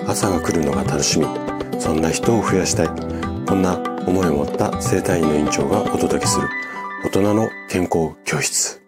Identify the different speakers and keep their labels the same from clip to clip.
Speaker 1: 朝が来るのが楽しみ、そんな人を増やしたい、こんな思いを持った整体院の院長がお届けする大人の健康教室。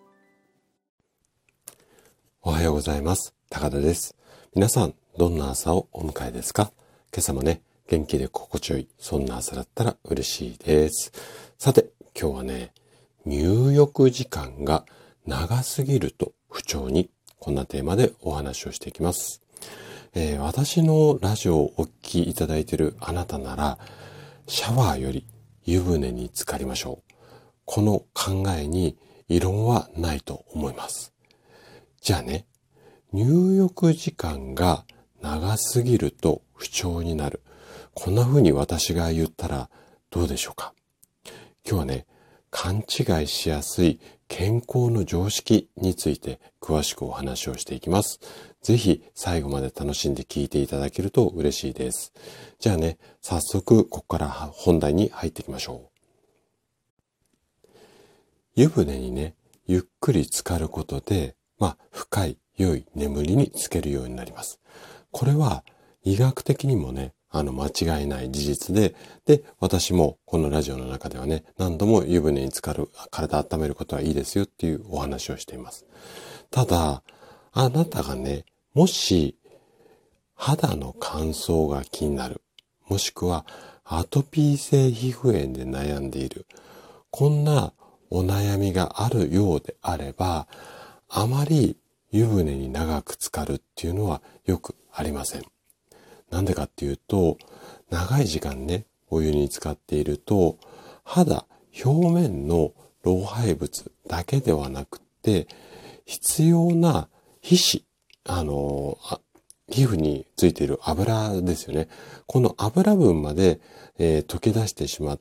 Speaker 1: おはようございます。高田です。皆さんどんな朝をお迎えですか？今朝もね、元気で心地よい、そんな朝だったら嬉しいです。さて、今日はね、入浴時間が長すぎると不調に、こんなテーマでお話をしていきます。私のラジオをお聞きいただいているあなたなら、シャワーより湯船に浸かりましょう。この考えに異論はないと思います。じゃあね、入浴時間が長すぎると不調になる。こんな風に私が言ったらどうでしょうか？今日はね、勘違いしやすい健康の常識について詳しくお話をしていきます。ぜひ最後まで楽しんで聞いていただけると嬉しいです。じゃあね、早速ここから本題に入っていきましょう。湯船にね、ゆっくり浸かることで、深い良い眠りにつけるようになります。これは医学的にもね、間違いない事実で、私もこのラジオの中ではね、何度も湯船に浸かる、体温めることはいいですよっていうお話をしています。ただ、あなたがね、もし肌の乾燥が気になる、もしくはアトピー性皮膚炎で悩んでいる、こんなお悩みがあるようであれば、あまり湯船に長く浸かるっていうのはよくありません。なんでかっていうと、長い時間ね、お湯に浸かっていると、肌表面の老廃物だけではなくて、必要な皮脂、皮膚についている油ですよね。この油分まで、溶け出してしまって、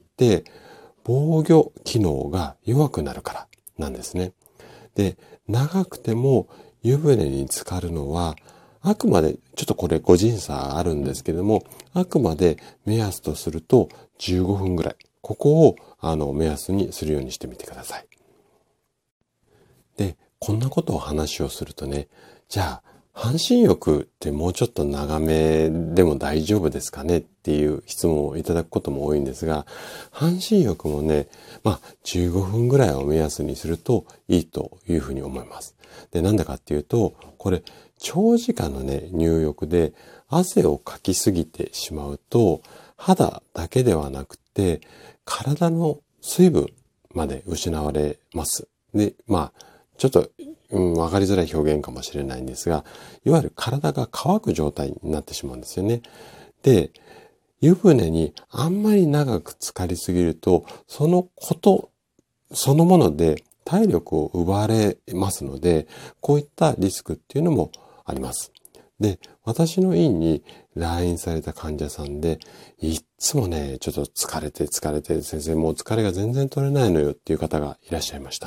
Speaker 1: 防御機能が弱くなるからなんですね。で、長くても湯船に浸かるのは、あくまで、ちょっとこれ個人差あるんですけども、あくまで目安とすると15分ぐらい。ここを目安にするようにしてみてください。で、こんなことを話をするとね、じゃあ、半身浴ってもうちょっと長めでも大丈夫ですかねっていう質問をいただくことも多いんですが、半身浴もね、15分ぐらいを目安にするといいというふうに思います。で、なんでかっていうと、これ、長時間のね、入浴で汗をかきすぎてしまうと、肌だけではなくて、体の水分まで失われます。で、ちょっと、わかりづらい表現かもしれないんですが、いわゆる体が乾く状態になってしまうんですよね。で、湯船にあんまり長く浸かりすぎると、そのことそのもので体力を奪われますので、こういったリスクっていうのもあります。で、私の院に来院された患者さんで、いっつもね、ちょっと疲れて先生もう疲れが全然取れないのよっていう方がいらっしゃいました。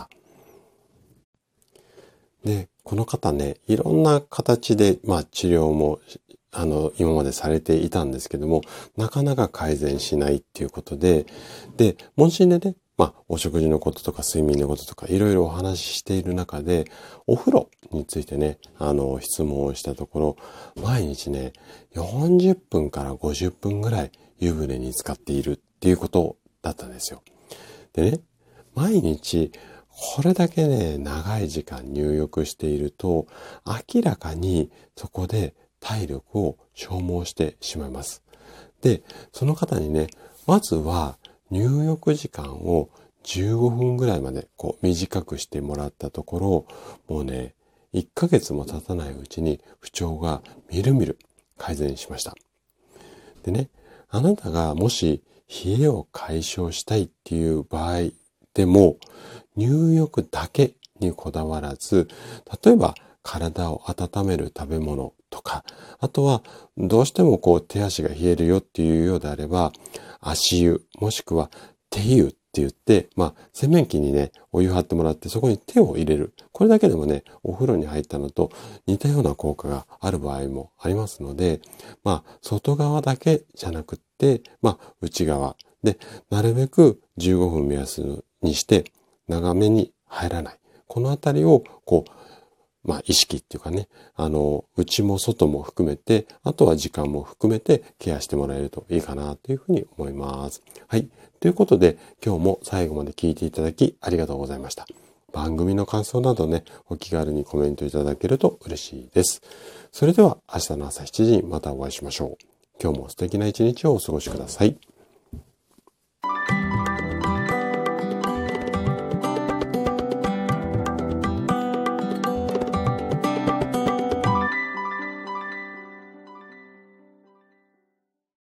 Speaker 1: で、この方ね、いろんな形で、治療も、今までされていたんですけども、なかなか改善しないっていうことで、問診でね、お食事のこととか睡眠のこととかいろいろお話ししている中で、お風呂についてね、質問をしたところ、毎日ね、40分から50分ぐらい湯船に浸かっているっていうことだったんですよ。でね、毎日、これだけね、長い時間入浴していると、明らかにそこで体力を消耗してしまいます。で、その方にね、まずは入浴時間を15分ぐらいまで短くしてもらったところ、もうね、1ヶ月も経たないうちに不調がみるみる改善しました。でね、あなたがもし冷えを解消したいっていう場合でも、入浴だけにこだわらず、例えば体を温める食べ物とか、あとはどうしても手足が冷えるよっていうようであれば、足湯もしくは手湯って言って、洗面器にね、お湯張ってもらってそこに手を入れる。これだけでもね、お風呂に入ったのと似たような効果がある場合もありますので、外側だけじゃなくって、内側で、なるべく15分目安にして、長めに入らない。このあたりを意識っていうかね、内も外も含めて、あとは時間も含めてケアしてもらえるといいかなというふうに思います。はい。ということで、今日も最後まで聞いていただきありがとうございました。番組の感想などね、お気軽にコメントいただけると嬉しいです。それでは明日の朝7時にまたお会いしましょう。今日も素敵な一日をお過ごしください。